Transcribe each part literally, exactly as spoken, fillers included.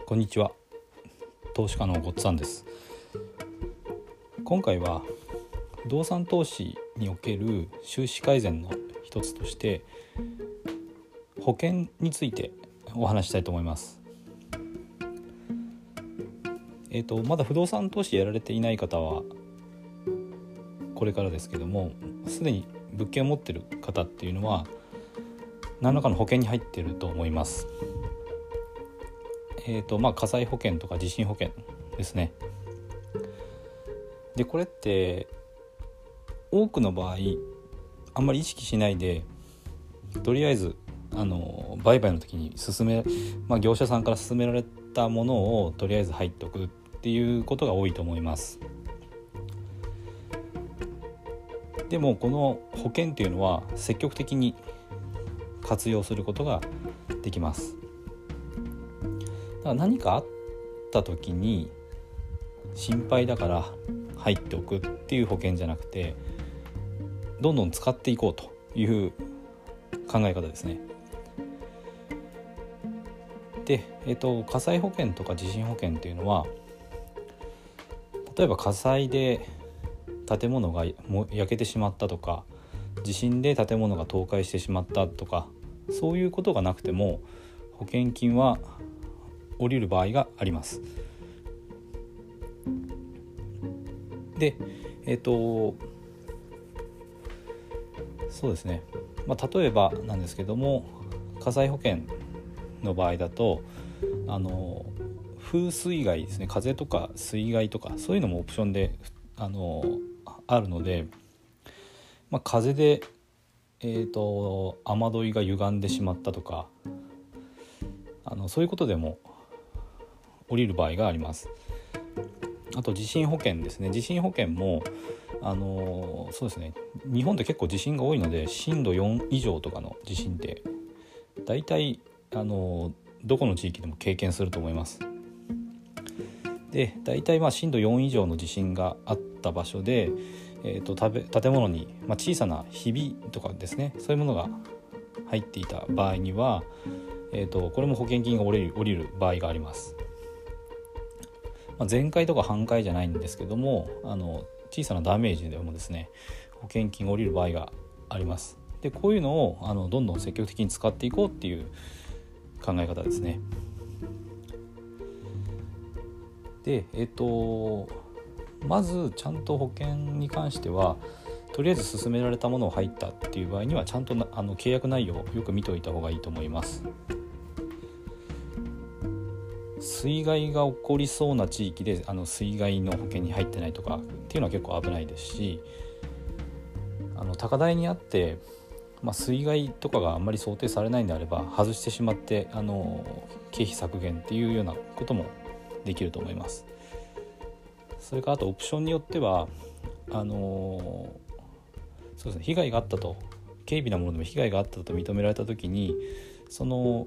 こんにちは。投資家のごっつぁんです。今回は不動産投資における収支改善の一つとして保険についてお話したいと思います。えーと、まだ不動産投資やられていない方はこれからですけども、すでに物件を持っている方っていうのは何らかの保険に入っていると思います。えーとまあ、火災保険とか地震保険ですね。でこれって多くの場合あんまり意識しないで、とりあえずあの売買の時に勧め、まあ、業者さんから勧められたものをとりあえず入っておくっていうことが多いと思います。でもこの保険っていうのは積極的に活用することができます。だから何かあった時に心配だから入っておくっていう保険じゃなくて、どんどん使っていこうという考え方ですね。で、えっと、火災保険とか地震保険っていうのは、例えば火災で建物が焼けてしまったとか、地震で建物が倒壊してしまったとか、そういうことがなくても保険金は下りる場合があります。で、えっとそうですね、まあ、例えばなんですけども、火災保険の場合だとあの風水害ですね、風とか水害とかそういうのもオプションであのあるので、まあ、風で、えーと、雨どいが歪んでしまったとか、あのそういうことでも降りる場合があります。あと地震保険ですね。地震保険もあのそうですね、日本って結構地震が多いので、震度よん以上とかの地震って大体あのどこの地域でも経験すると思います。で大体まあ震度よん以上の地震があった場所で、えー、と建物に、まあ、小さなひびとかですね、そういうものが入っていた場合には、えー、とこれも保険金が下りる、下りる場合があります。まあ、全壊とか半壊じゃないんですけども、あの小さなダメージでもですね、保険金が下りる場合があります。でこういうのをあのどんどん積極的に使っていこうっていう考え方ですね。でえっとまずちゃんと保険に関しては、とりあえず勧められたものを入ったっていう場合にはちゃんとあの契約内容をよく見ておいた方がいいと思います。水害が起こりそうな地域であの水害の保険に入ってないとかっていうのは結構危ないですし、あの高台にあって、まあ、水害とかがあんまり想定されないんであれば外してしまってあの経費削減っていうようなこともできると思います。それからあとオプションによってはあのそうですね、被害があったと、軽微なものでも被害があったと認められたときに、その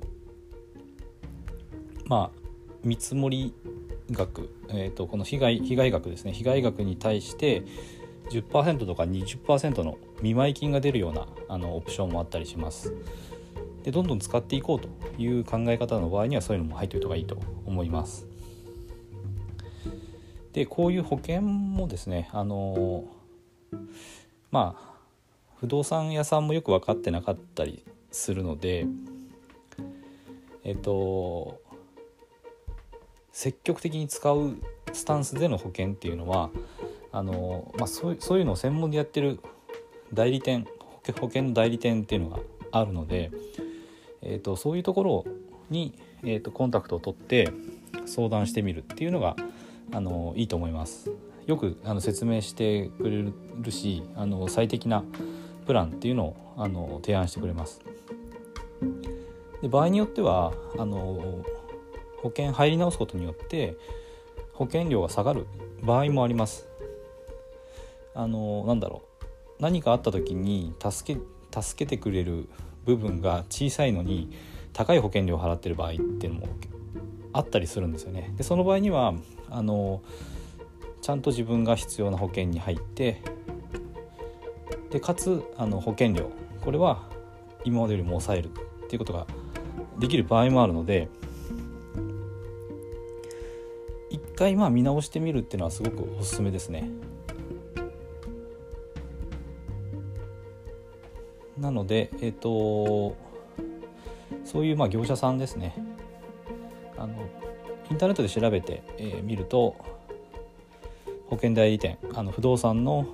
まあ見積もり額、えーと、この被害、被害額ですね、被害額に対して じゅっパーセント とか にじゅっパーセント の見舞い金が出るようなあのオプションもあったりします。でどんどん使っていこうという考え方の場合にはそういうのも入っておいた方がいいと思います。でこういう保険もですね、あのまあ不動産屋さんもよく分かってなかったりするので、えっと積極的に使うスタンスでの保険っていうのはあの、まあ、そう、そういうのを専門でやってる代理店、保険の代理店っていうのがあるので、えー、とそういうところに、えー、とコンタクトを取って相談してみるっていうのがあのいいと思います。よくあの説明してくれるし、あの最適なプランっていうのをあの提案してくれます。で場合によってはあの保険入り直すことによって保険料が下がる場合もあります。あのなんだろう、何かあった時に助け、助けてくれる部分が小さいのに高い保険料を払ってる場合っていうのもあったりするんですよね。でその場合にはあのちゃんと自分が必要な保険に入って、でかつあの保険料、これは今までよりも抑えるっていうことができる場合もあるので、 回まあ見直してみるっていうのはすごくおすすめですね。なので、えーと、そういうまあ業者さんですね、あのインターネットで調べてみ、えー、見ると保険代理店、あの不動産の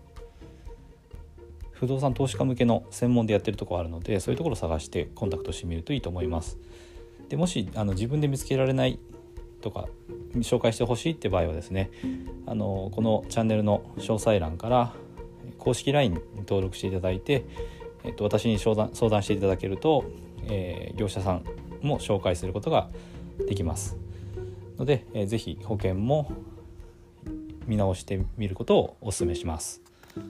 不動産投資家向けの専門でやってるところあるので、そういうところを探してコンタクトしてみるといいと思います。でもしあの自分で見つけられないとか紹介してほしいって場合はですね、あのこのチャンネルの詳細欄から公式 ライン に登録していただいて、えっと、私に相談、相談していただけると、えー、業者さんも紹介することができますので、えー、ぜひ保険も見直してみることをお勧めします。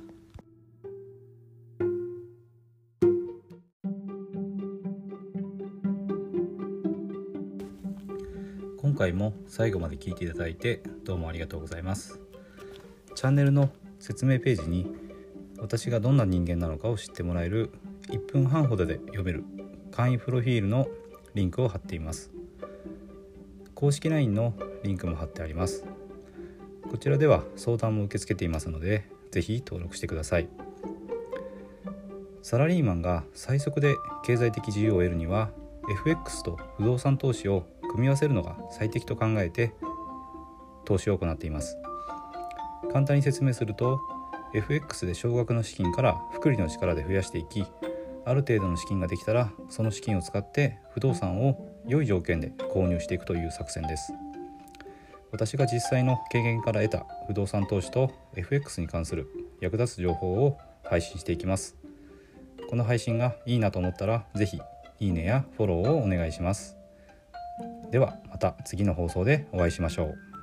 今回も最後まで聞いていただいてどうもありがとうございます。チャンネルの説明ページに私がどんな人間なのかを知ってもらえるいっぷんはんほどで読める簡易プロフィールのリンクを貼っています。公式 ライン のリンクも貼ってあります。こちらでは相談も受け付けていますので、ぜひ登録してください。サラリーマンが最速で経済的自由を得るには エフエックス と不動産投資を組み合わせるのが最適と考えて投資を行っています。簡単に説明すると、 エフエックス で少額の資金から複利の力で増やしていき、ある程度の資金ができたらその資金を使って不動産を良い条件で購入していくという作戦です。私が実際の経験から得た不動産投資と エフエックス に関する役立つ情報を配信していきます。この配信がいいなと思ったらぜひいいねやフォローをお願いします。ではまた次の放送でお会いしましょう。